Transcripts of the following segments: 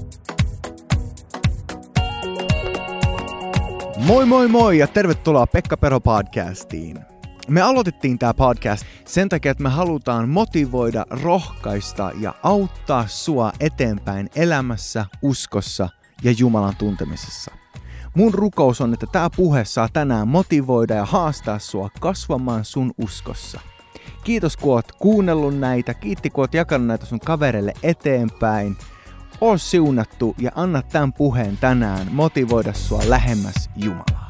Moi moi moi ja tervetuloa Pekka Perho podcastiin. Me aloitettiin tää podcast sen takia, että me halutaan motivoida, rohkaista ja auttaa sua eteenpäin elämässä, uskossa ja Jumalan tuntemisessa. Mun rukous on, että tää puhe saa tänään motivoida ja haastaa sua kasvamaan sun uskossa. Kiitos kun oot kuunnellut näitä, kiitti kun oot jakanut näitä sun kavereille eteenpäin. Oo siunattu ja anna tämän puheen tänään motivoida sua lähemmäs Jumalaa.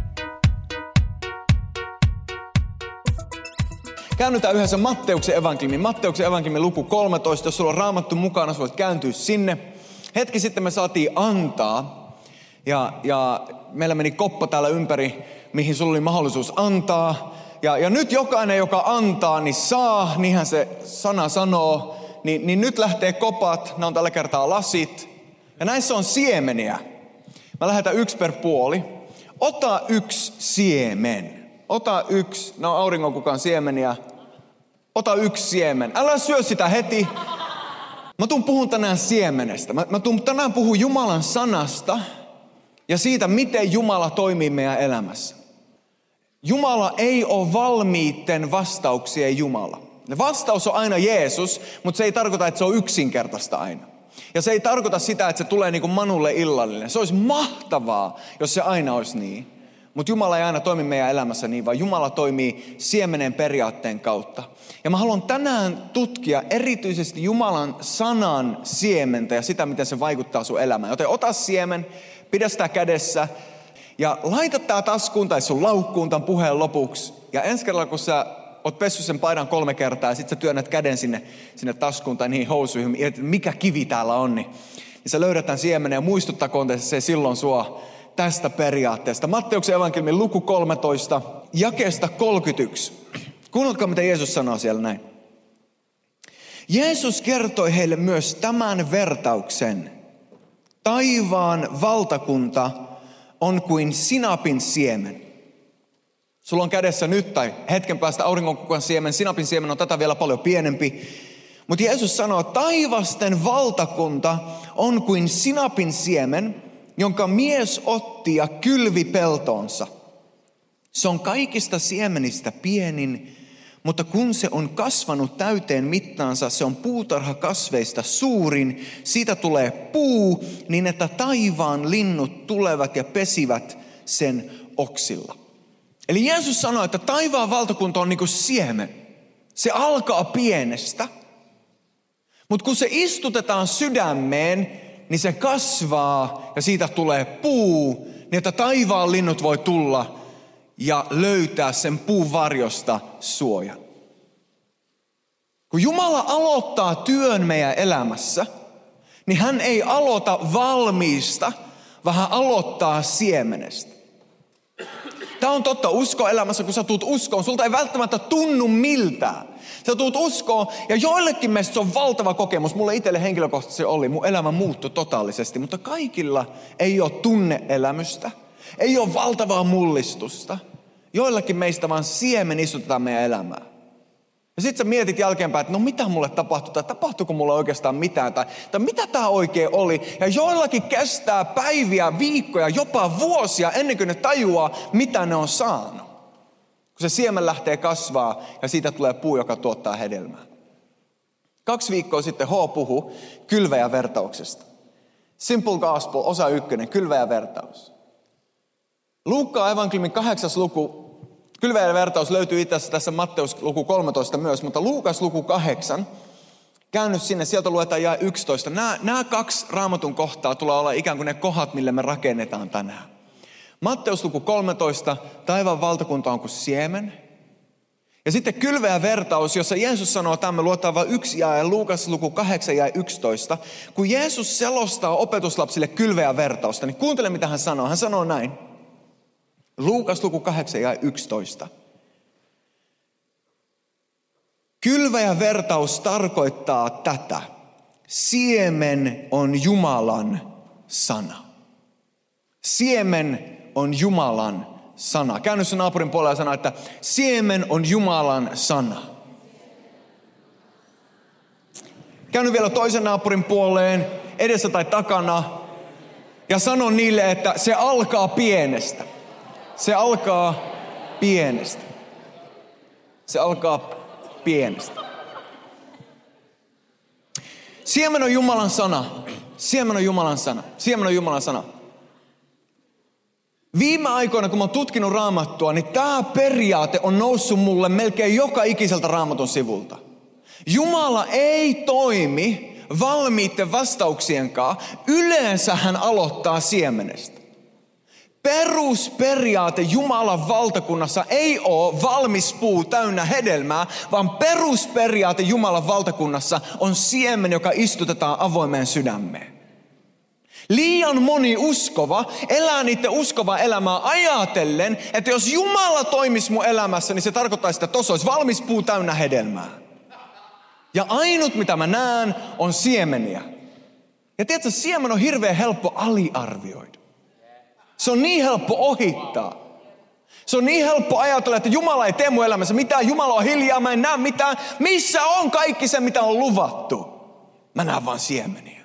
Käännytään yhdessä Matteuksen evankeliumin luku 13. Jos sulla on Raamattu mukana, sä voit kääntyä sinne. Hetki sitten me saatiin antaa ja meillä meni koppa täällä ympäri, mihin sulla oli mahdollisuus antaa. Ja nyt jokainen, joka antaa, niin saa, niinhän se sana sanoo. Niin nyt lähtee kopat, nämä on tällä kertaa lasit. Ja näissä on siemeniä. Mä lähetän 1 per puoli. Ota 1 siemen. Ota 1, nämä on auringonkukan siemeniä. Ota 1 siemen. Älä syö sitä heti. Mä tuun puhun tänään siemenestä. Mä tuun tänään puhun Jumalan sanasta ja siitä, miten Jumala toimii meidän elämässä. Jumala ei ole valmiitten vastauksien Jumala. Vastaus on aina Jeesus, mutta se ei tarkoita, että se on yksinkertaista aina. Ja se ei tarkoita sitä, että se tulee niin kuin Manulle illallinen. Se olisi mahtavaa, jos se aina olisi niin. Mutta Jumala ei aina toimi meidän elämässä niin, vaan Jumala toimii siemenen periaatteen kautta. Ja mä haluan tänään tutkia erityisesti Jumalan sanan siementä ja sitä, miten se vaikuttaa sun elämään. Joten ota siemen, pidä sitä kädessä ja laita tää taskuun tai sun laukkuun tämän puheen lopuksi. Ja ensi kerralla, kun sä oot pessyt sen paidan 3 kertaa ja sit sä työnnät käden sinne taskuun tai niihin housuihin, että mikä kivi täällä on, niin sä löydät tämän siemenen ja muistuttakoon se silloin sua tästä periaatteesta. Matteuksen evankeliumin luku 13, jakeesta 31. Kuunnelkaa, mitä Jeesus sanoo siellä näin. Jeesus kertoi heille myös tämän vertauksen. Taivaan valtakunta on kuin sinapin siemen. Sulla on kädessä nyt tai hetken päästä auringonkukan siemen. Sinapin siemen on tätä vielä paljon pienempi. Mutta Jeesus sanoo, että taivasten valtakunta on kuin sinapin siemen, jonka mies otti ja kylvi peltoonsa. Se on kaikista siemenistä pienin, mutta kun se on kasvanut täyteen mittaansa, se on puutarhakasveista suurin. Siitä tulee puu, niin että taivaan linnut tulevat ja pesivät sen oksilla. Eli Jeesus sanoi, että taivaan valtakunta on niin kuin siemen. Se alkaa pienestä, mutta kun se istutetaan sydämeen, niin se kasvaa ja siitä tulee puu, niin että taivaan linnut voi tulla ja löytää sen puun varjosta suojan. Kun Jumala aloittaa työn meidän elämässä, niin hän ei aloita valmiista, vaan hän aloittaa siemenestä. Tämä on totta uskoelämässä, kun sä tuut uskoon, sulta ei välttämättä tunnu miltään. Sä tuut uskoon ja joillekin meistä se on valtava kokemus. Mulle itselle henkilökohtaisesti se oli, mun elämä muuttui totaalisesti, mutta kaikilla ei ole tunne-elämystä, ei ole valtavaa mullistusta. Joillakin meistä vaan siemen istutetaan meidän elämään. Ja sit sä mietit jälkeenpäin, että no mitä mulle tapahtui, tai tapahtuiko mulle oikeastaan mitään, tai mitä tää oikein oli. Ja joillakin kestää päiviä, viikkoja, jopa vuosia ennen kuin ne tajuaa, mitä ne on saanut. Kun se siemen lähtee kasvaa ja siitä tulee puu, joka tuottaa hedelmää. 2 viikkoa sitten H puhui kylväjävertauksesta. Simple Gospel, osa 1, kylväjävertaus. Luukkaan evankeliumin 8. luku. Kylväjävertaus löytyy itse asiassa tässä Matteus luku 13 myös, mutta Luukas luku 8, käänny sinne, sieltä luetaan jae 11. Nämä 2 raamatun kohtaa tulee olla ikään kuin ne kohdat, mille me rakennetaan tänään. Matteus luku 13, taivaan valtakunta on kuin siemen. Ja sitten kylväjävertaus, jossa Jeesus sanoo, tämän me luetaan vain 1 jae, Luukas luku 8 jae 11. Kun Jeesus selostaa opetuslapsille kylväjävertausta, niin kuuntele mitä hän sanoo. Hän sanoo näin. Luukas luku 8 ja 11. Kylväjävertaus tarkoittaa tätä. Siemen on Jumalan sana. Siemen on Jumalan sana. Käänny sun naapurin puolella ja sano, että siemen on Jumalan sana. Käänny vielä toisen naapurin puoleen edessä tai takana. Ja sanon niille, että se alkaa pienestä. Se alkaa pienestä. Se alkaa pienestä. Siemen on Jumalan sana. Siemen on Jumalan sana. Siemen on Jumalan sana. Viime aikoina, kun mä oon tutkinut Raamattua, niin tämä periaate on noussut mulle melkein joka ikiseltä Raamatun sivulta. Jumala ei toimi valmiitten vastauksien kanssa. Yleensä hän aloittaa siemenestä. Perusperiaate Jumalan valtakunnassa ei ole valmis puu täynnä hedelmää, vaan perusperiaate Jumalan valtakunnassa on siemen, joka istutetaan avoimeen sydämeen. Liian moni uskova elää niiden uskovaa elämää ajatellen, että jos Jumala toimisi mun elämässä, niin se tarkoittaisi, että tuossa olisi valmis puu täynnä hedelmää. Ja ainut mitä mä näen on siemeniä. Ja tiedätkö, siemen on hirveän helppo aliarvioida. Se on niin helppo ohittaa. Se on niin helppo ajatella, että Jumala ei tee mun elämässä mitään. Jumala on hiljaa, mä en näe mitään. Missä on kaikki se, mitä on luvattu? Mä näen vaan siemeniä.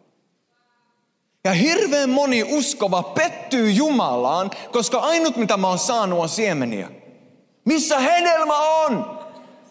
Ja hirveän moni uskova pettyy Jumalaan, koska ainut mitä mä oon saanut on siemeniä. Missä hedelmä on?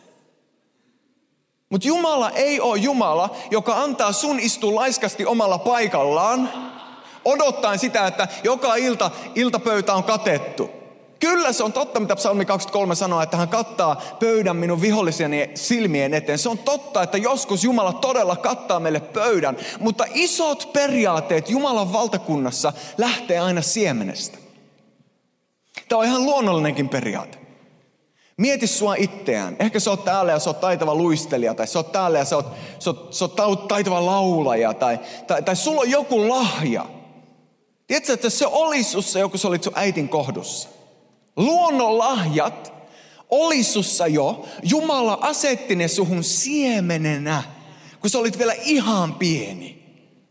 Mutta Jumala ei ole Jumala, joka antaa sun istua laiskasti omalla paikallaan, odottaen sitä, että joka iltapöytä on katettu. Kyllä se on totta, mitä Psalmi 23 sanoo, että hän kattaa pöydän minun vihollisieni silmien eteen. Se on totta, että joskus Jumala todella kattaa meille pöydän. Mutta isot periaatteet Jumalan valtakunnassa lähtee aina siemenestä. Tämä on ihan luonnollinenkin periaate. Mieti sua itseään. Ehkä sä oot täällä ja sä oot taitava luistelija, tai sä oot täällä ja sä oot taitava laulaja, tai sulla on joku lahja. Tiedätkö, että se olisi sussa joku, sä olit sun äitin kohdussa. Luonnonlahjat oli sussa jo. Jumala asetti ne suhun siemenenä, kun sä olit vielä ihan pieni.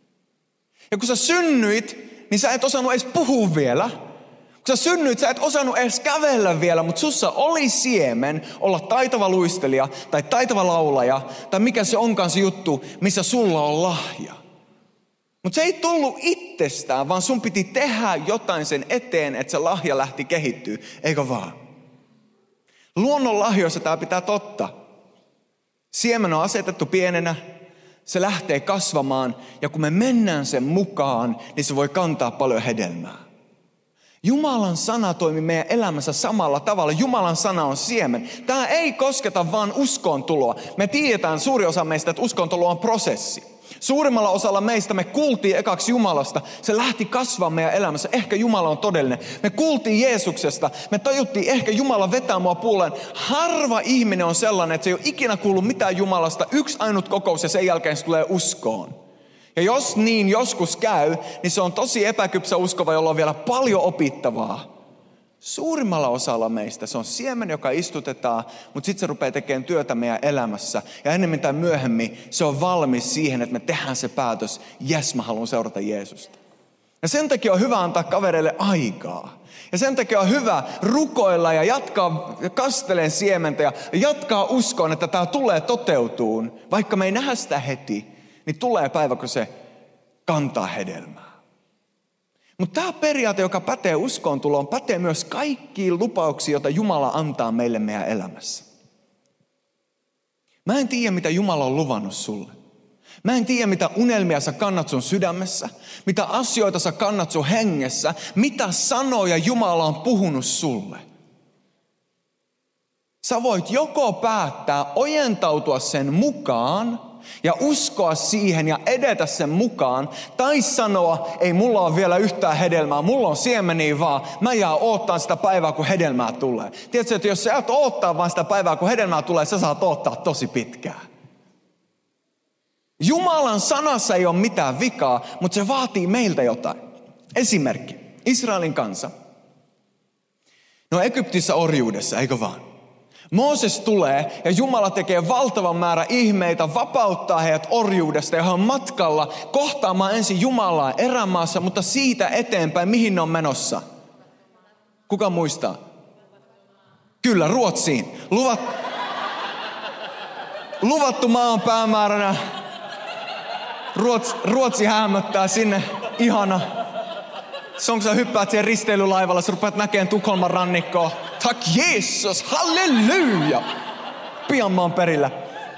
Ja kun sä synnyit, niin sä et osannut edes puhua vielä. Kun sä synnyit, sä et osannut edes kävellä vielä, mutta sussa oli siemen olla taitava luistelija tai taitava laulaja tai mikä se onkaan se juttu, missä sulla on lahja. Mutta se ei tullut itsestään, vaan sun piti tehdä jotain sen eteen, että se lahja lähti kehittyä, eikö vaan? Luonnonlahjoissa tämä pitää totta. Siemen on asetettu pienenä, se lähtee kasvamaan ja kun me mennään sen mukaan, niin se voi kantaa paljon hedelmää. Jumalan sana toimii meidän elämässä samalla tavalla. Jumalan sana on siemen. Tämä ei kosketa vaan uskoontuloa. Me tiedetään suuri osa meistä, että uskoontulo on prosessi. Suurimmalla osalla meistä me kuultiin ekaksi Jumalasta. Se lähti kasvamaan meidän elämässä. Ehkä Jumala on todellinen. Me kuultiin Jeesuksesta. Me tajuttiin, ehkä Jumala vetää mua puoleen. Harva ihminen on sellainen, että se ei ole ikinä kuullut mitään Jumalasta. Yksi ainut kokous ja sen jälkeen se tulee uskoon. Ja jos niin joskus käy, niin se on tosi epäkypsä uskova, jolla on vielä paljon opittavaa. Suurimmalla osalla meistä se on siemen, joka istutetaan, mutta sitten se rupeaa tekemään työtä meidän elämässä. Ja ennemmin tai myöhemmin se on valmis siihen, että me tehdään se päätös, jes mä haluan seurata Jeesusta. Ja sen takia on hyvä antaa kavereille aikaa. Ja sen takia on hyvä rukoilla ja jatkaa kasteleen siementä ja jatkaa uskoon, että tämä tulee toteutuun. Vaikka me ei nähdä sitä heti, niin tulee päivä, kun se kantaa hedelmää. Mutta tämä periaate, joka pätee uskoontuloon, pätee myös kaikkiin lupauksiin, joita Jumala antaa meille meidän elämässä. Mä en tiedä, mitä Jumala on luvannut sulle. Mä en tiedä, mitä unelmia sä kannat sun sydämessä, mitä asioita sä kannat sun hengessä, mitä sanoja Jumala on puhunut sulle. Sä voit joko päättää ojentautua sen mukaan ja uskoa siihen ja edetä sen mukaan, tai sanoa, ei mulla ole vielä yhtään hedelmää, mulla on siemeniä vaan, mä jään oottaa sitä päivää, kun hedelmää tulee. Tiedätkö, että jos sä et oottaa vaan sitä päivää, kun hedelmää tulee, sä saat oottaa tosi pitkään. Jumalan sanassa ei ole mitään vikaa, mutta se vaatii meiltä jotain. Esimerkki, Israelin kansa. No Egyptissä orjuudessa, eikö vaan? Mooses tulee ja Jumala tekee valtavan määrä ihmeitä, vapauttaa heidät orjuudesta ja he on matkalla kohtaamaan ensin Jumalaa erämaassa, mutta siitä eteenpäin, mihin ne on menossa? Kuka muistaa? Kyllä, Ruotsiin. Luvattu maa on päämääränä. Ruotsi häämöttää sinne. Ihana. Se on, kun sä hyppäät siihen risteilylaivalla, sä rupeat näkemään Tukholman rannikkoa. Tack Jesus, halleluja! Pian mä oon perillä.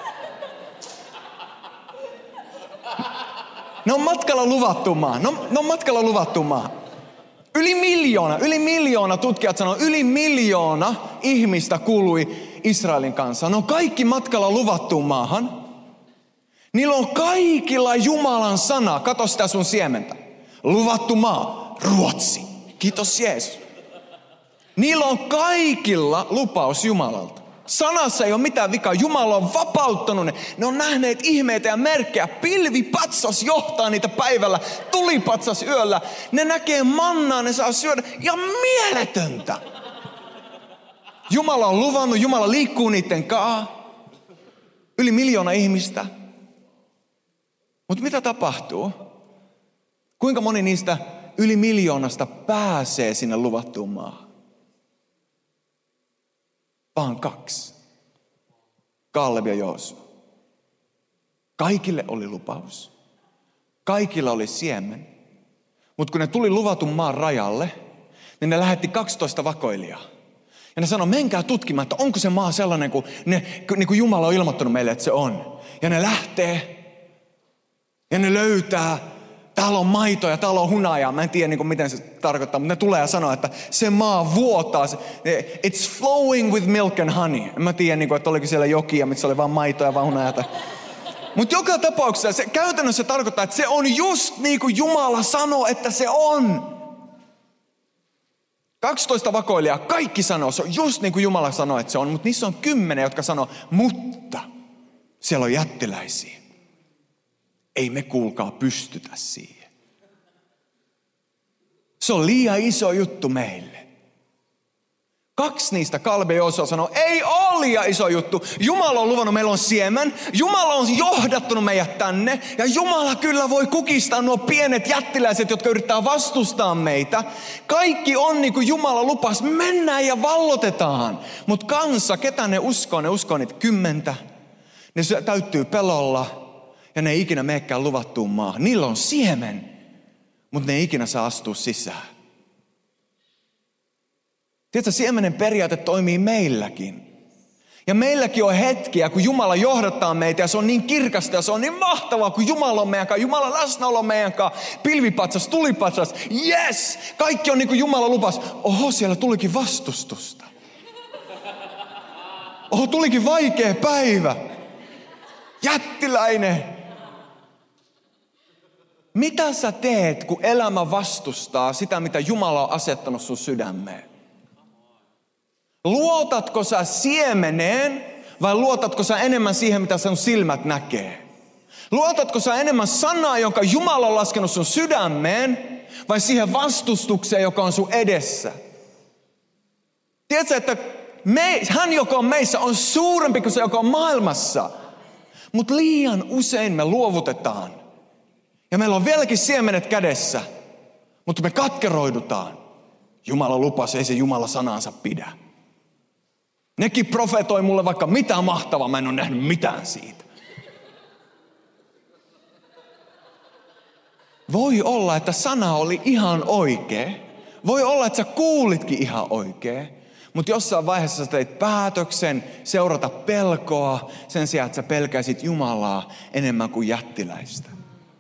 Ne on matkalla luvattuun maahan. Ne on matkalla luvattuun maahan. Yli miljoona tutkijat sanoo, yli miljoona ihmistä kuului Israelin kanssa. Ne on kaikki matkalla luvattuun maahan. Niillä on kaikilla Jumalan sana. Kato sitä sun siementä. Luvattu maa, Ruotsi. Kiitos Jeesus. Niillä on kaikilla lupaus Jumalalta. Sanassa ei ole mitään vikaa. Jumala on vapauttanut ne. Ne on nähneet ihmeitä ja merkkejä. Pilvipatsas johtaa niitä päivällä. Tulipatsas yöllä. Ne näkee mannaa, ne saa syödä. Ja mieletöntä. Jumala on luvannut, Jumala liikkuu niiden kanssa. Yli miljoona ihmistä. Mutta mitä tapahtuu? Kuinka moni niistä yli miljoonasta pääsee sinne luvattuun maahan? Vaan 2. Kaaleb ja Joosua. Kaikille oli lupaus. Kaikilla oli siemen. Mutta kun ne tuli luvatun maan rajalle, niin ne lähetti 12 vakoilijaa. Ja ne sanoi, menkää tutkimaan, että onko se maa sellainen, niin kuin Jumala on ilmoittanut meille, että se on. Ja ne lähtee. Ja ne löytää. Täällä on maitoa ja täällä on hunajaa. Mä en tiedä miten se tarkoittaa, mutta ne tulee ja sanoo, että se maa vuotaa. It's flowing with milk and honey. En mä tiedä, että oliko siellä jokia, missä oli vaan maitoa ja vaan hunajaa. Mutta joka tapauksessa se käytännössä tarkoittaa, että se on just niin kuin Jumala sanoo, että se on. 12 vakoilijaa, kaikki sanoo, se on just niin kuin Jumala sanoo, että se on. Mutta niissä on 10, jotka sanoo, mutta siellä on jättiläisiä. Ei me kuulkaa pystytä siihen. Se on liian iso juttu meille. 2 niistä, Kaaleb ja Joosua, sanoo, ei ole liian iso juttu. Jumala on luvannut, meillä on siemen. Jumala on johdattanut meidät tänne. Ja Jumala kyllä voi kukistaa nuo pienet jättiläiset, jotka yrittää vastustaa meitä. Kaikki on niin kuin Jumala lupas. Mennään ja vallotetaan. Mutta kansa, ketä ne uskoo? Ne uskoo niitä 10. Ne täyttyy pelolla. Ja ne ei ikinä menekään luvattuun maahan. Niillä on siemen, mutta ne ei ikinä saa astua sisään. Tiedätkö, siemenen periaate toimii meilläkin. Ja meilläkin on hetkiä, kun Jumala johdattaa meitä ja se on niin kirkasta ja se on niin mahtavaa, kun Jumala on meidän kanssa. Jumala läsnäolo on meidän kanssa. Pilvipatsas, tulipatsas, yes! Kaikki on niin kuin Jumala lupas. Oho, siellä tulikin vastustusta. Oho, tulikin vaikea päivä. Jättiläinen. Mitä sä teet, kun elämä vastustaa sitä, mitä Jumala on asettanut sun sydämeen? Luotatko sä siemeneen vai luotatko sä enemmän siihen, mitä sun silmät näkee? Luotatko sä enemmän sanaa, jonka Jumala on laskenut sun sydämeen vai siihen vastustukseen, joka on sun edessä? Tiedätkö, että hän, joka on meissä, on suurempi kuin se, joka on maailmassa. Mutta liian usein me luovutetaan. Ja meillä on vieläkin siemenet kädessä. Mutta me katkeroidutaan. Jumala lupasi, ei se Jumala sanansa pidä. Nekin profetoi mulle vaikka mitä mahtavaa. Mä en ole nähnyt mitään siitä. Voi olla, että sana oli ihan oikea. Voi olla, että sä kuulitkin ihan oikein. Mutta jossain vaiheessa sä teit päätöksen seurata pelkoa sen sijaan, että sä pelkäisit Jumalaa enemmän kuin jättiläistä.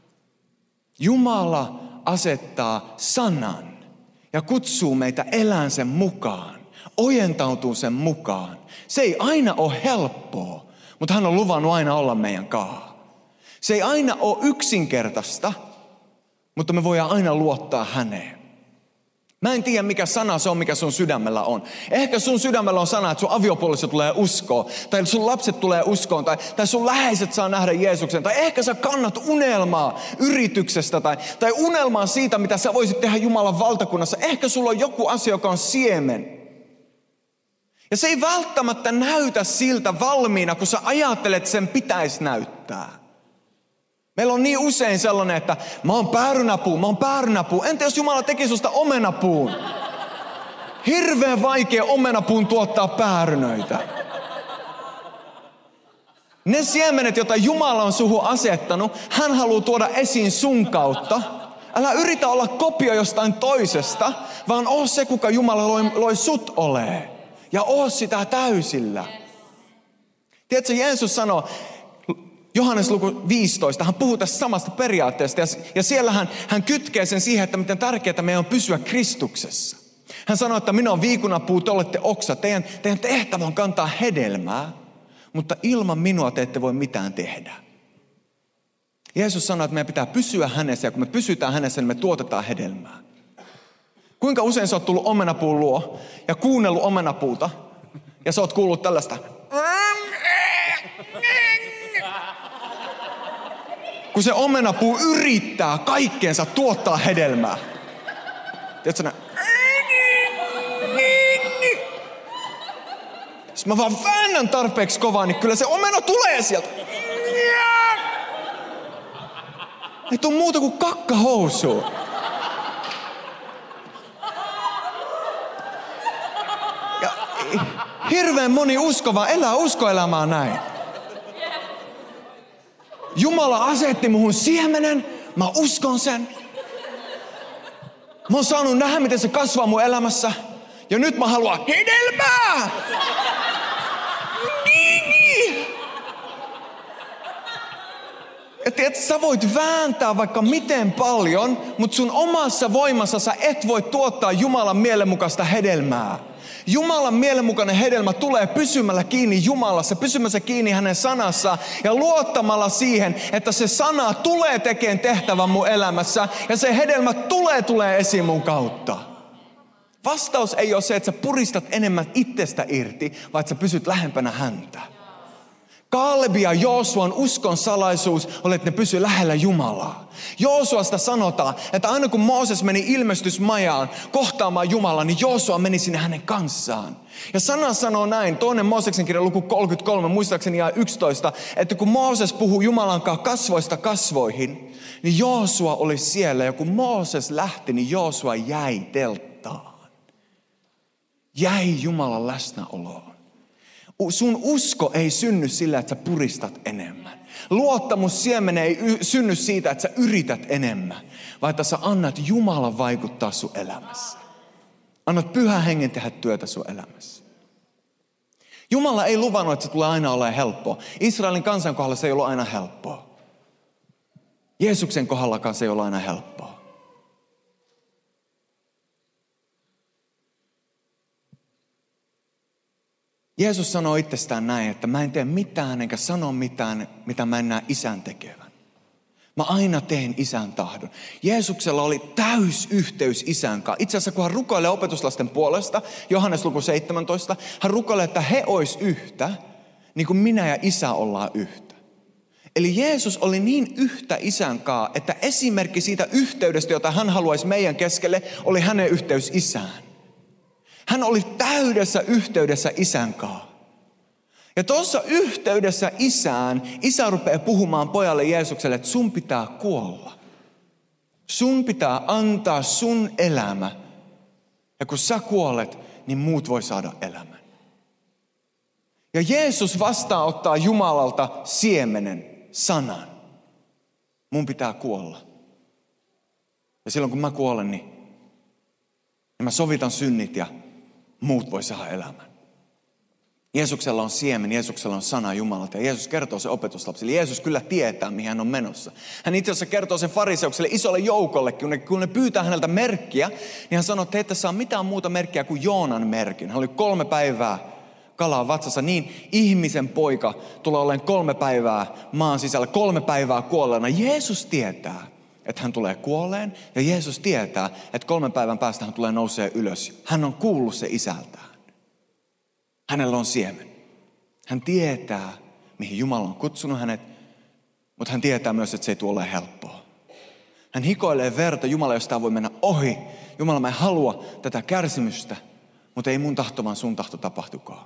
Jumala asettaa sanan ja kutsuu meitä elään sen mukaan, ojentautuu sen mukaan. Se ei aina ole helppoa, mutta hän on luvannut aina olla meidän kanssa. Se ei aina ole yksinkertaista, mutta me voidaan aina luottaa häneen. Mä en tiedä, mikä sana se on, mikä sun sydämellä on. Ehkä sun sydämellä on sana, että sun aviopuoliso tulee uskoon. Tai sun lapset tulee uskoon. Tai sun läheiset saa nähdä Jeesuksen. Tai ehkä sä kannat unelmaa yrityksestä. Tai unelmaa siitä, mitä sä voisit tehdä Jumalan valtakunnassa. Ehkä sulla on joku asia, joka on siemen. Ja se ei välttämättä näytä siltä valmiina, kun sä ajattelet, sen pitäisi näyttää. Meillä on niin usein sellainen, että mä oon päärynäpuu. Entä jos Jumala teki susta omenapuun? Hirveän vaikea omenapuun tuottaa päärynöitä. Ne siemenet, joita Jumala on suhun asettanut, hän haluaa tuoda esiin sun kautta. Älä yritä olla kopio jostain toisesta, vaan oo se, kuka Jumala loi sut olee. Ja oo sitä täysillä. Tiedätkö, Jeesus sanoo, Johannes luku 15, hän puhuu tästä samasta periaatteesta. Ja siellä hän kytkee sen siihen, että miten tärkeää meidän on pysyä Kristuksessa. Hän sanoo, että minä olen viikunapuu, te olette oksa. Teidän tehtävä on kantaa hedelmää, mutta ilman minua te ette voi mitään tehdä. Jeesus sanoi, että meidän pitää pysyä hänessä, ja kun me pysytään hänessä, niin me tuotetaan hedelmää. Kuinka usein sä oot tullut omenapuun luo ja kuunnellut omenapuuta, ja sä oot kuullut tällaista. Kun se omenapuu yrittää kaikkeensa tuottaa hedelmää. Tiedätkö näin? Jos mä vaan väännän tarpeeksi kovaa, niin kyllä se omena tulee sieltä. Ei tuu muuta kuin kakkahousuun. Ja hirveän moni uskova elää uskoelämää näin. Jumala asetti muhun siemenen, mä uskon sen. Mä oon saanut nähdä, miten se kasvaa mun elämässä. Ja nyt mä haluan hedelmää! Niin. Ja tiedätkö, sä voit vääntää vaikka miten paljon, mutta sun omassa voimassa sä et voi tuottaa Jumalan mielenmukaista hedelmää. Jumalan mielenmukainen hedelmä tulee pysymällä kiinni Jumalassa, pysymässä kiinni hänen sanassaan ja luottamalla siihen, että se sana tulee tekemään tehtävän mun elämässä ja se hedelmä tulee esiin mun kautta. Vastaus ei ole se, että sä puristat enemmän itsestä irti, vaan että sä pysyt lähempänä häntä. Kaalebin ja Joosuan uskon salaisuus oli, että ne pysyi lähellä Jumalaa. Joosuasta sanotaan, että aina kun Mooses meni ilmestysmajaan kohtaamaan Jumalaa, niin Joosua meni sinne hänen kanssaan. Ja sana sanoo näin, 2. Mooseksen kirja luku 33, muistaakseni ja 11, että kun Mooses puhui Jumalan kanssa kasvoista kasvoihin, niin Joosua oli siellä. Ja kun Mooses lähti, niin Joosua jäi telttaan. Jäi Jumalan läsnäoloon. Sun usko ei synny sillä, että sä puristat enemmän. Luottamus siemene ei synny siitä, että sä yrität enemmän, vaan että sä annat Jumalan vaikuttaa sun elämässä. Annat Pyhän Hengen tehdä työtä sun elämässä. Jumala ei luvannut, että se tulee aina olemaan helppoa. Israelin kansan kohdalla se ei ollut aina helppoa. Jeesuksen kohdallakaan se ei ollut aina helppoa. Jeesus sanoo itsestään näin, että mä en tee mitään enkä sano mitään, mitä mä en näe Isän tekevän. Mä aina teen Isän tahdon. Jeesuksella oli täysyhteys Isän kanssa. Itse asiassa kun hän rukoilee opetuslasten puolesta, Johannes luku 17, hän rukoilee, että he ois yhtä, niin kuin minä ja Isä ollaan yhtä. Eli Jeesus oli niin yhtä Isän kanssa, että esimerkki siitä yhteydestä, jota hän haluaisi meidän keskelle, oli hänen yhteys Isään. Hän oli täydessä yhteydessä Isän kanssa. Ja tuossa yhteydessä Isään, Isä rupeaa puhumaan pojalle Jeesukselle, että sun pitää kuolla. Sun pitää antaa sun elämä. Ja kun sä kuolet, niin muut voi saada elämän. Ja Jeesus vastaanottaa Jumalalta siemenen, sanan. Mun pitää kuolla. Ja silloin kun mä kuolen, niin mä sovitan synnit ja muut voi saada elämän. Jeesuksella on siemen, Jeesuksella on sana Jumalalta ja Jeesus kertoo se opetuslapsille. Jeesus kyllä tietää, mihin hän on menossa. Hän itse asiassa kertoo sen fariseukselle, isolle joukollekin, kun ne pyytää häneltä merkkiä, niin hän sanoo, että te ette saa mitään muuta merkkiä kuin Joonan merkin. Hän oli 3 päivää kalaa vatsassa, niin ihmisen poika tulee olemaan 3 päivää maan sisällä, 3 päivää kuolleena. Jeesus tietää, että hän tulee kuolleen ja Jeesus tietää, että 3 päivän päästä hän tulee nousee ylös. Hän on kuullut se Isältään. Hänellä on siemen. Hän tietää, mihin Jumala on kutsunut hänet, mutta hän tietää myös, että se ei tule olemaan helppoa. Hän hikoilee verta, Jumala, jos tämä voi mennä ohi. Jumala, mä en halua tätä kärsimystä, mutta ei mun tahto, vaan sun tahto tapahtukaan.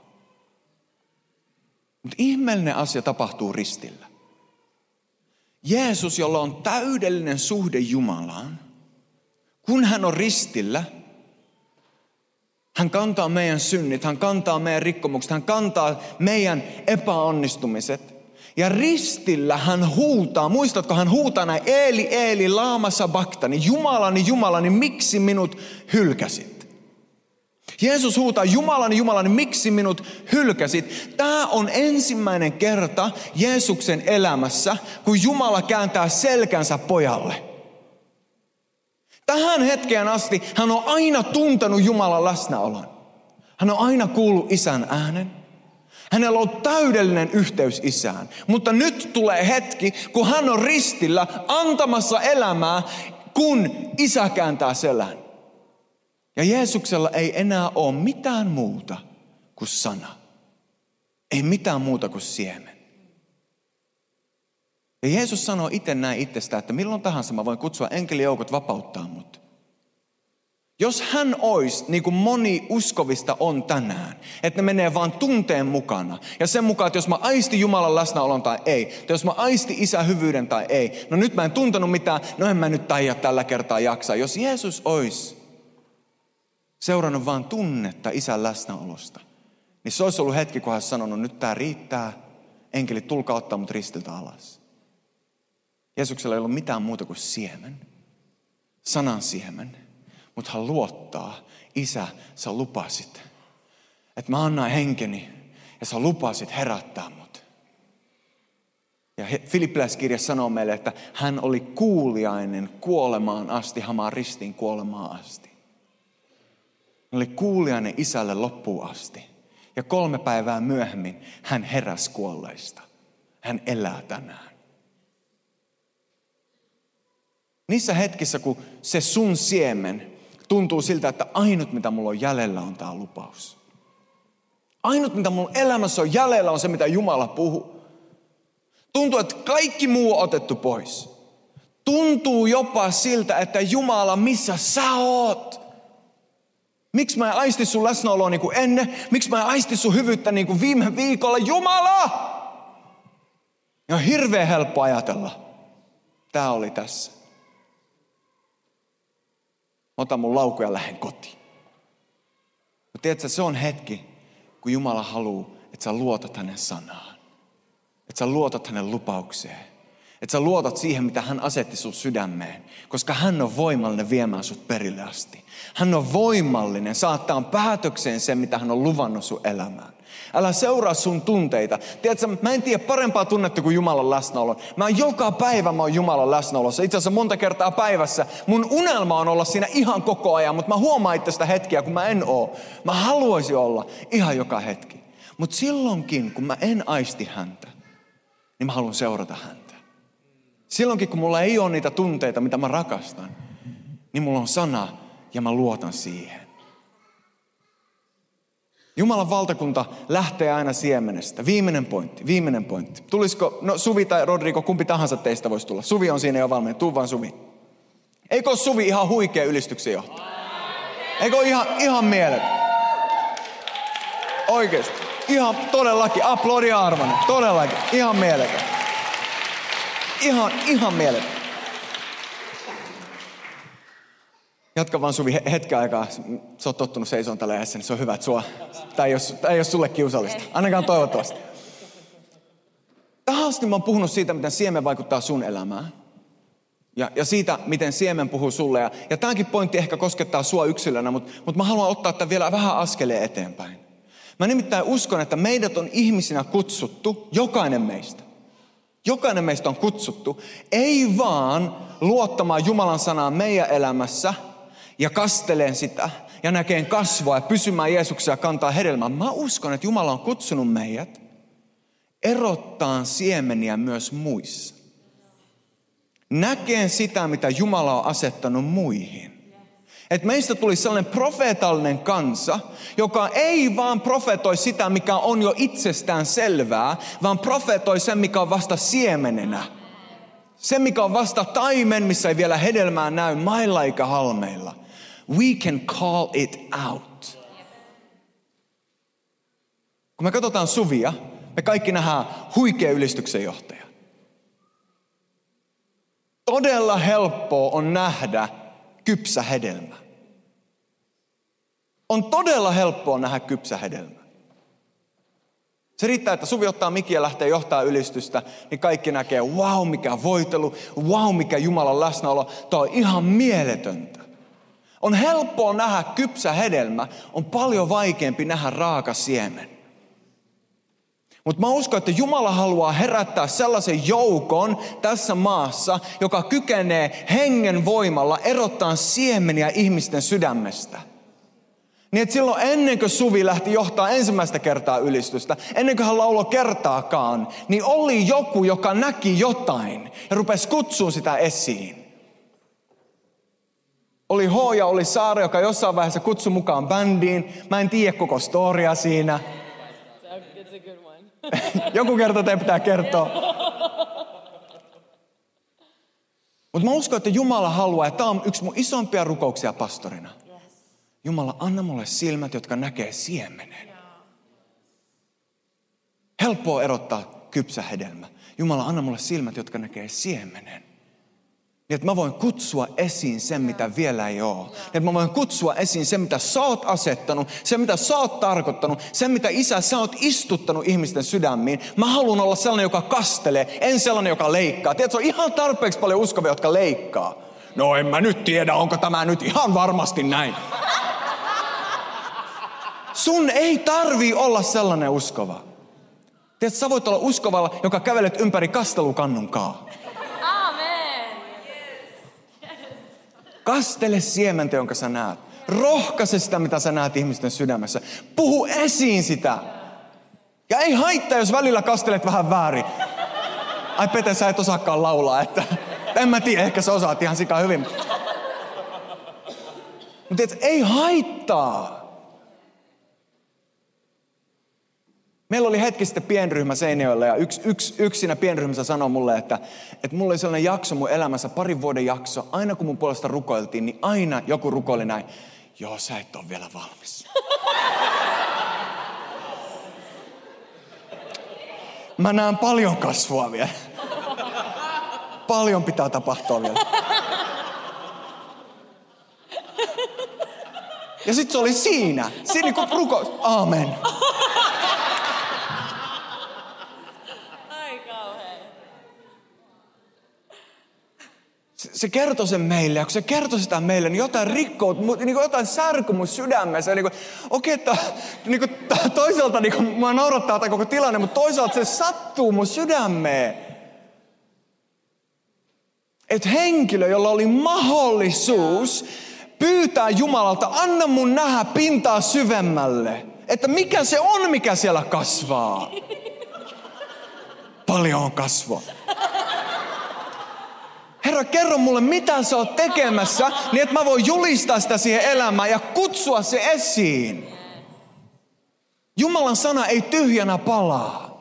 Mutta ihmeellinen asia tapahtuu ristillä. Jeesus, jolla on täydellinen suhde Jumalaan, kun hän on ristillä, hän kantaa meidän synnit, hän kantaa meidän rikkomukset, hän kantaa meidän epäonnistumiset. Ja ristillä hän huutaa, muistatko, hän huutaa näin, Eeli, Eeli, lama sabachthani, Jumalani, Jumalani, miksi minut hylkäsit? Jeesus huutaa, Jumalani, Jumalani, miksi minut hylkäsit? Tämä on ensimmäinen kerta Jeesuksen elämässä, kun Jumala kääntää selkänsä pojalle. Tähän hetkeen asti hän on aina tuntenut Jumalan läsnäolon. Hän on aina kuullut Isän äänen. Hänellä on täydellinen yhteys Isään. Mutta nyt tulee hetki, kun hän on ristillä antamassa elämää, kun Isä kääntää selän. Ja Jeesuksella ei enää ole mitään muuta kuin sana. Ei mitään muuta kuin siemen. Ja Jeesus sanoo itse näin itsestään, että milloin tahansa mä voin kutsua enkelijoukot vapauttaa mut. Jos hän olisi, niin kuin moni uskovista on tänään, että ne menee vaan tunteen mukana. Ja sen mukaan, että jos mä aistin Jumalan läsnäolon tai ei. Tai jos mä aistin Isän hyvyyden tai ei. No nyt mä en tuntenut mitään, no en mä nyt taida tällä kertaa jaksaa. Jos Jeesus olisi seurannut vaan tunnetta Isän läsnäolosta, niin se olisi ollut hetki, kun hän olisi sanonut, nyt tää riittää, enkelit tulkaa ottaa mut ristiltä alas. Jeesuksella ei ollut mitään muuta kuin siemen, sanan siemen, mutta hän luottaa, Isä, sä lupasit, että mä annan henkeni ja sä lupasit herättää mut. Ja Filippiläiskirja sanoo meille, että hän oli kuuliainen kuolemaan asti, hamaan ristiin kuolemaan asti. Hän oli kuuliainen Isälle loppuun asti. Ja 3 päivää myöhemmin hän heräsi kuolleista. Hän elää tänään. Niissä hetkissä, kun se sun siemen tuntuu siltä, että ainut mitä mulla on jäljellä on tämä lupaus. Ainut mitä mun elämässä on jäljellä on se, mitä Jumala puhuu. Tuntuu, että kaikki muu on otettu pois. Tuntuu jopa siltä, että Jumala, missä sä oot? Miksi mä en aisti sun läsnäoloa niin kuin ennen? Miksi mä en aisti sun hyvyyttä niin kuin viime viikolla? Jumala! Ja on hirveän helppo ajatella. Tää oli tässä. Ota mun laukku ja lähden kotiin. Mutta tiedätkö, se on hetki, kun Jumala haluaa, että sä luotat hänen sanaan. Että sä luotat hänen lupaukseen. Että sä luotat siihen, mitä hän asetti sun sydämeen. Koska hän on voimallinen viemään sut perille asti. Hän on voimallinen saattaa päätökseen sen, mitä hän on luvannut sun elämään. Älä seuraa sun tunteita. Tiedätkö, mä en tiedä parempaa tunnetta kuin Jumalan läsnäolo. Joka päivä mä oon Jumalan läsnäolossa. Itse asiassa monta kertaa päivässä. Mun unelma on olla siinä ihan koko ajan, mutta mä huomaan itse sitä hetkiä, kun mä en oo. Mä haluaisin olla ihan joka hetki. Mutta silloinkin, kun mä en aisti häntä, niin mä haluan seurata häntä. Silloinkin, kun mulla ei ole niitä tunteita, mitä mä rakastan, niin mulla on sana ja mä luotan siihen. Jumalan valtakunta lähtee aina siemenestä. Viimeinen pointti. Tulisiko, no Suvi tai Rodrigo, kumpi tahansa teistä voisi tulla. Suvi on siinä jo valmiina, tuu vaan Suvi. Eikö ole Suvi ihan huikea ylistyksen johtaja? Eikö ole ihan mieletön? Oikeesti. Ihan todellakin, aplodia arvoinen. Todellakin, ihan mieletön. Ihan mieletön. Jatka vaan Suvi hetken aikaa. Sä oot tottunut seisoon tällä edessä, niin se on hyvä, että tämä ei ole sulle kiusallista. Ainakaan toivottavasti. Tähän asti mä oon puhunut siitä, miten siemen vaikuttaa sun elämään. Ja siitä, miten siemen puhuu sulle. Ja tämäkin pointti ehkä koskettaa sua yksilönä, mutta mä haluan ottaa tämän vielä vähän askeleen eteenpäin. Mä nimittäin uskon, että meidät on ihmisinä kutsuttu, jokainen meistä on kutsuttu, ei vaan luottamaan Jumalan sanaan meidän elämässä ja kasteleen sitä ja näkeen kasvua ja pysymään Jeesuksia ja kantaa hedelmää. Mä uskon, että Jumala on kutsunut meidät erottaa siemeniä myös muissa. Näkeen sitä, mitä Jumala on asettanut muihin. Että meistä tuli sellainen profeetallinen kansa, joka ei vaan profetoi sitä, mikä on jo itsestään selvää, vaan profetoi sen, mikä on vasta siemenenä. Se, mikä on vasta taimen, missä ei vielä hedelmää näy, mailla eikä halmeilla. We can call it out. Kun me katsotaan Suvia, me kaikki nähdään huikea ylistyksen johtaja. Todella helppoa on nähdä kypsä hedelmä. On todella helppoa nähdä kypsä hedelmä. Se riittää, että Suvi ottaa mikin ja lähtee johtaa ylistystä, niin kaikki näkee, wow, mikä voitelu, wow, mikä Jumalan läsnäolo. Tuo on ihan mieletöntä. On helppoa nähdä kypsä hedelmä, on paljon vaikeampi nähdä raaka siemen. Mutta mä uskon, että Jumala haluaa herättää sellaisen joukon tässä maassa, joka kykenee hengen voimalla erottaa siemeniä ihmisten sydämestä. Niin että silloin ennen kuin Suvi lähti johtaa ensimmäistä kertaa ylistystä, ennen kuin hän lauloi kertaakaan, niin oli joku, joka näki jotain ja rupesi kutsumaan sitä esiin. Oli H ja oli Saara, joka jossain vaiheessa kutsui mukaan bändiin. Mä en tiedä koko storia siinä. Joku kerta teidän pitää kertoa. Mutta mä uskon, että Jumala haluaa, ja tämä on yksi mun isompia rukouksia pastorina. Jumala, anna mulle silmät, jotka näkee siemenen. Helppoa erottaa kypsä hedelmä. Jumala, anna mulle silmät, jotka näkee siemenen. Niin, että mä voin kutsua esiin sen, mitä vielä ei ole. Niin, että mä voin kutsua esiin sen, mitä sä oot asettanut, sen, mitä sä oot tarkoittanut, sen, mitä Isä, sä oot istuttanut ihmisten sydämiin. Mä haluan olla sellainen, joka kastelee, en sellainen, joka leikkaa. Tiedätkö, on ihan tarpeeksi paljon uskovia, jotka leikkaa. No en mä nyt tiedä, onko tämä nyt ihan varmasti näin. Sun ei tarvii olla sellainen uskova. Tiedätkö, sä voit olla uskovalla, joka kävelet ympäri kastelukannunkaa. Kastele siementä, jonka sä näet. Rohkaise sitä, mitä sä näet ihmisten sydämessä. Puhu esiin sitä. Ja ei haittaa, jos välillä kastelet vähän väärin. Ai Pete, sä et osaakaan laulaa, että en mä tiedä, ehkä sä osaat ihan sikaa hyvin. Mutta ei haittaa. Meillä oli hetki sitten pienryhmä Seinäjoella ja yksi siinä pienryhmässä sanoi mulle, että mulla oli sellainen jakso mun elämässä, 2 vuoden jakso. Aina kun mun puolesta rukoiltiin, niin aina joku rukoili näin. Joo, sä et ole vielä valmis. Mä näen paljon kasvua vielä. Paljon pitää tapahtua vielä. Ja sit se oli siinä. Siinä kun rukoili. Aamen. Se kertoi sen meille, ja kun se kertoi sitä meille, niin jotain rikkoo, niin jotain särkyi mun sydämessä. Niin okei, että niin toisaalta niin mua naurattaa tämä koko tilanne, mutta toisaalta se sattuu mun sydämeen. Että henkilö, jolla oli mahdollisuus pyytää Jumalalta, anna mun nähdä pintaa syvemmälle. Että mikä se on, mikä siellä kasvaa. Paljon on kasvua. Herra, kerro mulle, mitä sä oot tekemässä, niin että mä voin julistaa sitä siihen elämään ja kutsua se esiin. Jumalan sana ei tyhjänä palaa.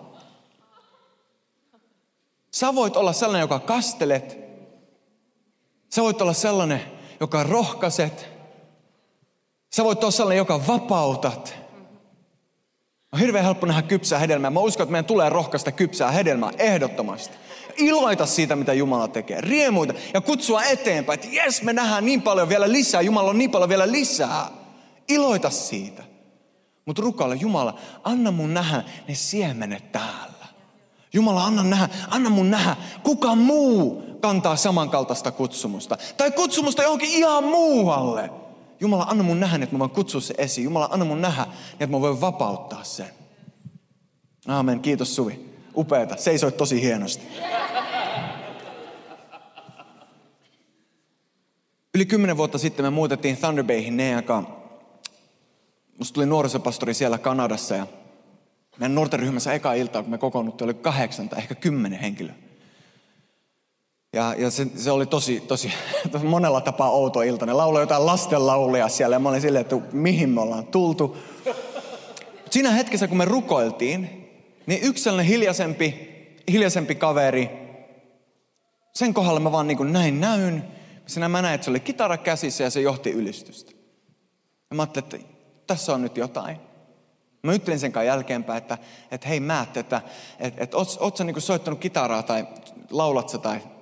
Sä voit olla sellainen, joka kastelet. Sä voit olla sellainen, joka rohkaiset. Sä voit olla sellainen, joka vapautat. On hirveän helppo nähdä kypsää hedelmää. Mä uskon, että meidän tulee rohkaista kypsää hedelmää ehdottomasti. Iloita siitä, mitä Jumala tekee. Riemuita ja kutsua eteenpäin, että jes, me nähdään niin paljon vielä lisää. Jumala on niin paljon vielä lisää. Iloita siitä. Mutta rukoile, Jumala, anna mun nähdä ne siemenet täällä. Jumala, anna mun nähdä, kuka muu kantaa samankaltaista kutsumusta. Tai kutsumusta johonkin ihan muualle. Jumala, anna mun nähdä, että mä voin kutsua se esiin. Jumala, anna mun nähdä, että mä voin vapauttaa sen. Aamen, kiitos Suvi. Upeeta, seisoit tosi hienosti. Yli 10 vuotta sitten me muutettiin Thunder Bayhin Neakaan. Musta tuli nuorisopastori siellä Kanadassa ja meidän nuorten ryhmässä eka iltaa, kun me kokoonnuttiin, oli 8 tai ehkä 10 henkilöä. Ja se oli tosi monella tapaa outo ilta. Ne lauloi jotain lastenlauluja siellä ja mä olin silleen, että mihin me ollaan tultu. Siinä hetkessä, kun me rukoiltiin, niin yksi sellainen hiljaisempi kaveri, sen kohdalla mä vaan niin kuin näyn. Mä näin, että se oli kitara käsissä ja se johti ylistystä. Ja mä ajattelin, että tässä on nyt jotain. Mä juttelin sen kanssa jälkeenpäin, että hei Matt, että oot sä niin kuin soittanut kitaraa tai laulat sä tai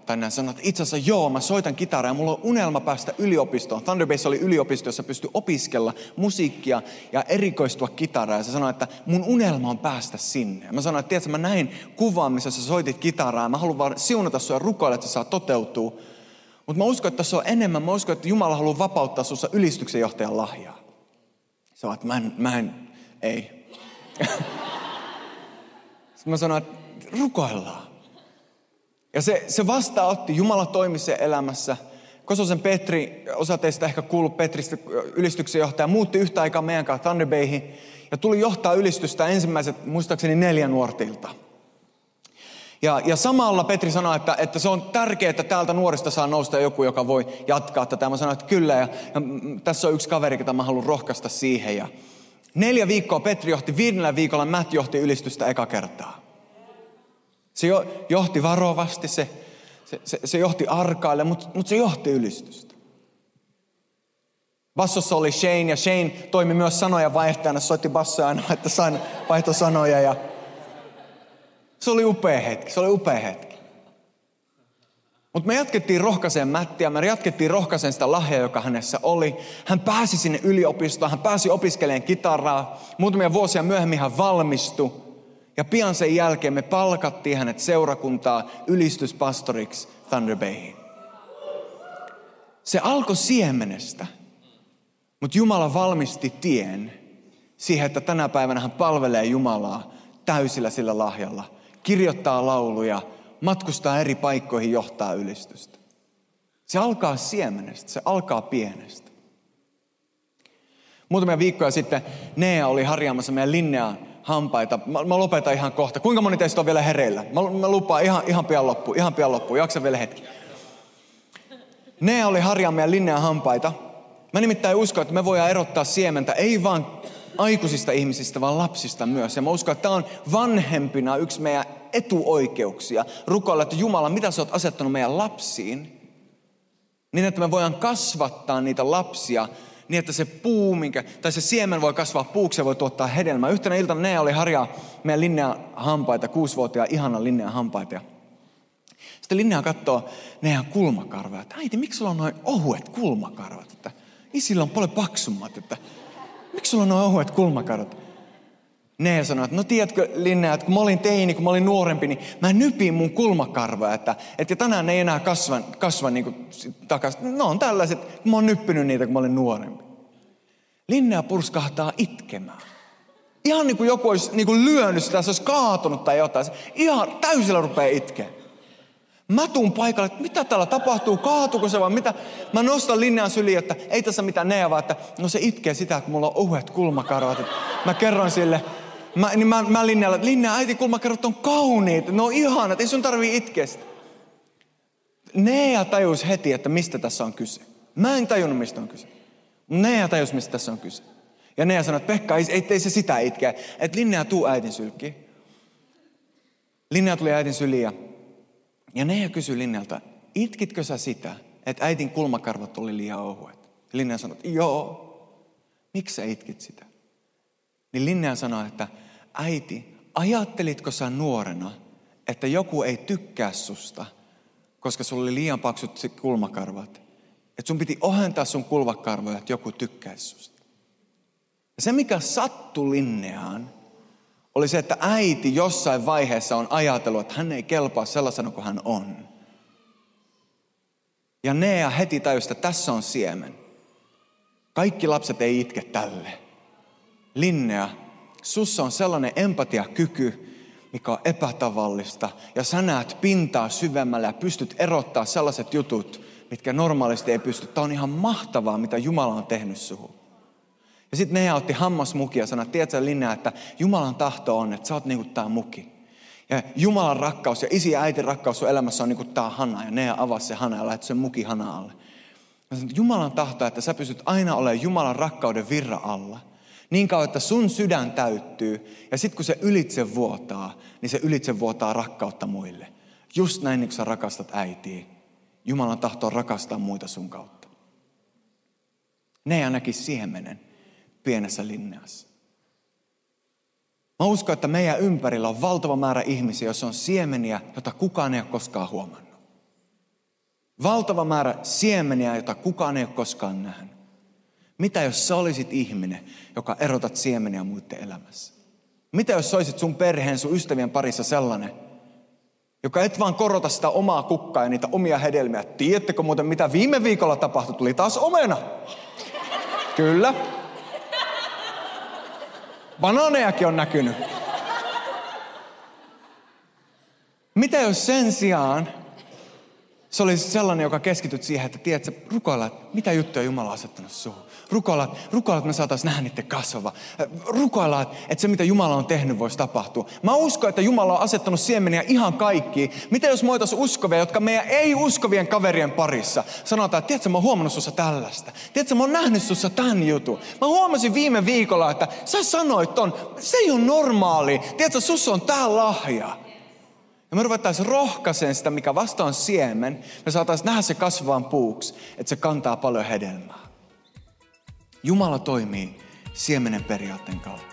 Tai nämä sanoi, että itse asiassa joo, mä soitan kitaraa ja mulla on unelma päästä yliopistoon. Thunder Bass oli yliopisto, jossa pystyi opiskella musiikkia ja erikoistua kitaraan. Ja se sanoi, että mun unelma on päästä sinne. Ja mä sanoin, että tiedätkö, mä näin kuvan, missä sä soitit kitaraa. Mä haluan vaan siunata sua ja rukoilla, että se saa toteutua. Mutta mä uskon, että se on enemmän. Mä uskon, että Jumala haluaa vapauttaa sussa ylistyksen johtajan lahjaa. Se on, että ei. Sitten mä sanoin, että rukoillaan. Ja se vastaanotti, Jumala toimi sen elämässä. Kososen Petri, osa teistä ehkä kuullut Petristä, ylistyksen johtaja, muutti yhtä aikaa meidän kanssa Thunder Bayhin. Ja tuli johtaa ylistystä ensimmäiset, muistaakseni 4 nuortilta. Ja samalla Petri sanoi, että se on tärkeää, että täältä nuorista saa nousta joku, joka voi jatkaa tätä. Ja mä sanoin, että kyllä. Ja tässä on yksi kaveri, jota mä haluan rohkaista siihen. Ja 4 viikkoa Petri johti, 5. viikolla Matt johti ylistystä eka kertaa. Se johti varovasti, se johti arkaille, mutta se johti ylistystä. Bassossa oli Shane ja Shane toimi myös sanoja vaihtajana. Soitti bassoja aina, että sain vaihtosanoja ja se oli upea hetki. Mutta me jatkettiin rohkaiseen Mattia, me jatkettiin rohkaiseen sitä lahjaa, joka hänessä oli. Hän pääsi sinne yliopistoon, hän pääsi opiskelemaan kitaraa. Muutamia vuosia myöhemmin hän valmistui. Ja pian sen jälkeen me palkattiin hänet seurakuntaa ylistyspastoriksi Thunder Bayhin. Se alkoi siemenestä, mutta Jumala valmisti tien siihen, että tänä päivänä hän palvelee Jumalaa täysillä sillä lahjalla. Kirjoittaa lauluja, matkustaa eri paikkoihin, johtaa ylistystä. Se alkaa siemenestä, se alkaa pienestä. Muutamia viikkoja sitten Nea oli harjaamassa meidän Linnean hampaita. Mä lopetan ihan kohta. Kuinka moni teistä on vielä hereillä? Mä lupaan ihan pian loppuun. Jaksa vielä hetki. Nea oli harjaamaan meidän Linnean hampaita. Mä nimittäin uskon, että me voidaan erottaa siementä ei vaan aikuisista ihmisistä, vaan lapsista myös. Ja mä uskon, että tämä on vanhempina yksi meidän etuoikeuksia. Rukoilla, että Jumala, mitä sä oot asettanut meidän lapsiin? Niin, että me voidaan kasvattaa niitä lapsia niin, että se puu, se siemen voi kasvaa puuksi ja voi tuottaa hedelmää. Yhtenä iltana Nea oli harjaa meidän Linnean hampaita, 6-vuotiaan ihana Linnean hampaita. Sitten Linnea katsoo Nean kulmakarvoja, että äiti, miksi sulla on noin ohuet kulmakarvat? Että isillä on paljon paksummat, että miksi sulla on noin ohuet kulmakarvat? Nea sanoi, että no tiedätkö Linnea, että kun mä olin teini, kun mä olin nuorempi, niin mä nypin mun kulmakarvoja, että tänään ne ei enää kasva niin kuin takaisin. No on tällaiset, kun mä oon nyppinyt niitä, kun mä olin nuorempi. Linnea purskahtaa itkemään. Ihan niin kuin joku olisi niin kuin lyönyt sitä, se olisi kaatunut tai jotain. Se ihan täysillä rupeaa itkeä. Mä tuun paikalle, että mitä täällä tapahtuu, kaatuuko se vai mitä? Mä nostan Linnean syliin, että ei tässä mitään Nea, vaan että no se itkee sitä, että mulla on ohuet kulmakarvat. Että mä kerroin sille, mä Linnealle, että Linnea, äiti kulmakarvat on kauniit, ne on ihanat, ei sun tarvii itkeä sitä. Nea tajusi heti, että mistä tässä on kyse. Mä en tajunnut, mistä on kyse. Nea tajusi, mistä tässä on kyse. Ja Nea sanoi, että Pekka, ei se sitä itkeä. Että Linnea, tuu äitin sylkiin. Linnea tuli äitin syliin ja Nea kysyi Linnealta, itkitkö sä sitä, että äitin kulmakarvat oli liian ohuet? Linnea sanoi, että joo. Miksi sä itkit sitä? Niin Linnea sanoi, että äiti, ajattelitko sä nuorena, että joku ei tykkää susta, koska sulla oli liian paksut kulmakarvat? Että sun piti ohentaa sun kulmakarvoja, että joku tykkäisi susta. Ja se, mikä sattui Linneaan, oli se, että äiti jossain vaiheessa on ajatellut, että hän ei kelpaa sellaisena kuin hän on. Ja Nea heti tajusi, että tässä on siemen. Kaikki lapset ei itke tälle. Linnea, sussa on sellainen empatiakyky, mikä on epätavallista. Ja sä näet pintaa syvemmällä ja pystyt erottaa sellaiset jutut, mitkä normaalisti ei pysty. Tämä on ihan mahtavaa, mitä Jumala on tehnyt suhun. Ja sitten Nea otti hammasmukia ja sanoi, että tiedätkö Linnea, että Jumalan tahto on, että sä oot niin kuin tää muki. Ja Jumalan rakkaus ja isi ja äitin rakkaus sun elämässä on niin kuin tää hana. Ja Nea avasi se hana ja laittoi sen muki hana alle. Ja sanoin, että Jumalan tahto, että sä pystyt aina olemaan Jumalan rakkauden virra alla. Niin kauan, että sun sydän täyttyy. Ja sitten kun se ylitse vuotaa, niin se ylitse vuotaa rakkautta muille. Just näin, niin kuin sä rakastat äitiä. Jumalan tahto on rakastaa muita sun kautta. Nea näki siemenen pienessä Linneassa. Mä uskon, että meidän ympärillä on valtava määrä ihmisiä, joissa on siemeniä, jota kukaan ei ole koskaan huomannut. Valtava määrä siemeniä, jota kukaan ei ole koskaan nähnyt. Mitä jos sä olisit ihminen, joka erotat siemeniä muiden elämässä? Mitä jos sä olisit sun perheen, sun ystävien parissa sellainen, joka et vaan korota sitä omaa kukkaa ja niitä omia hedelmiä. Tiedättekö muuten, mitä viime viikolla tapahtui? Tuli taas omena. Kyllä. Banaanejakin on näkynyt. Mitä jos sen sijaan se olisi sellainen, joka keskityt siihen, että tiedätkö, rukoilla, mitä juttuja Jumala on asettanut suhun. Rukoilla, että me saataisiin nähdä niiden kasvava. Rukoilla, että se mitä Jumala on tehnyt voisi tapahtua. Mä uskon, että Jumala on asettanut siemeniä ihan kaikkiin. Mitä jos me voitaisiin uskovia, jotka meidän ei-uskovien kaverien parissa sanotaan, että tiedätkö, mä oon huomannut sussa tällaista. Tiedätkö, mä oon nähnyt sussa tämän jutun. Mä huomasin viime viikolla, että sä sanoit ton, se ei ole normaali. Tiedätkö, sussa on tää lahja. Ja me ruvettaisiin rohkaiseen sitä, mikä vasta on siemen. Me saataisiin nähdä se kasvavaan puuksi, että se kantaa paljon hedelmää. Jumala toimii siemenen periaatteen kautta.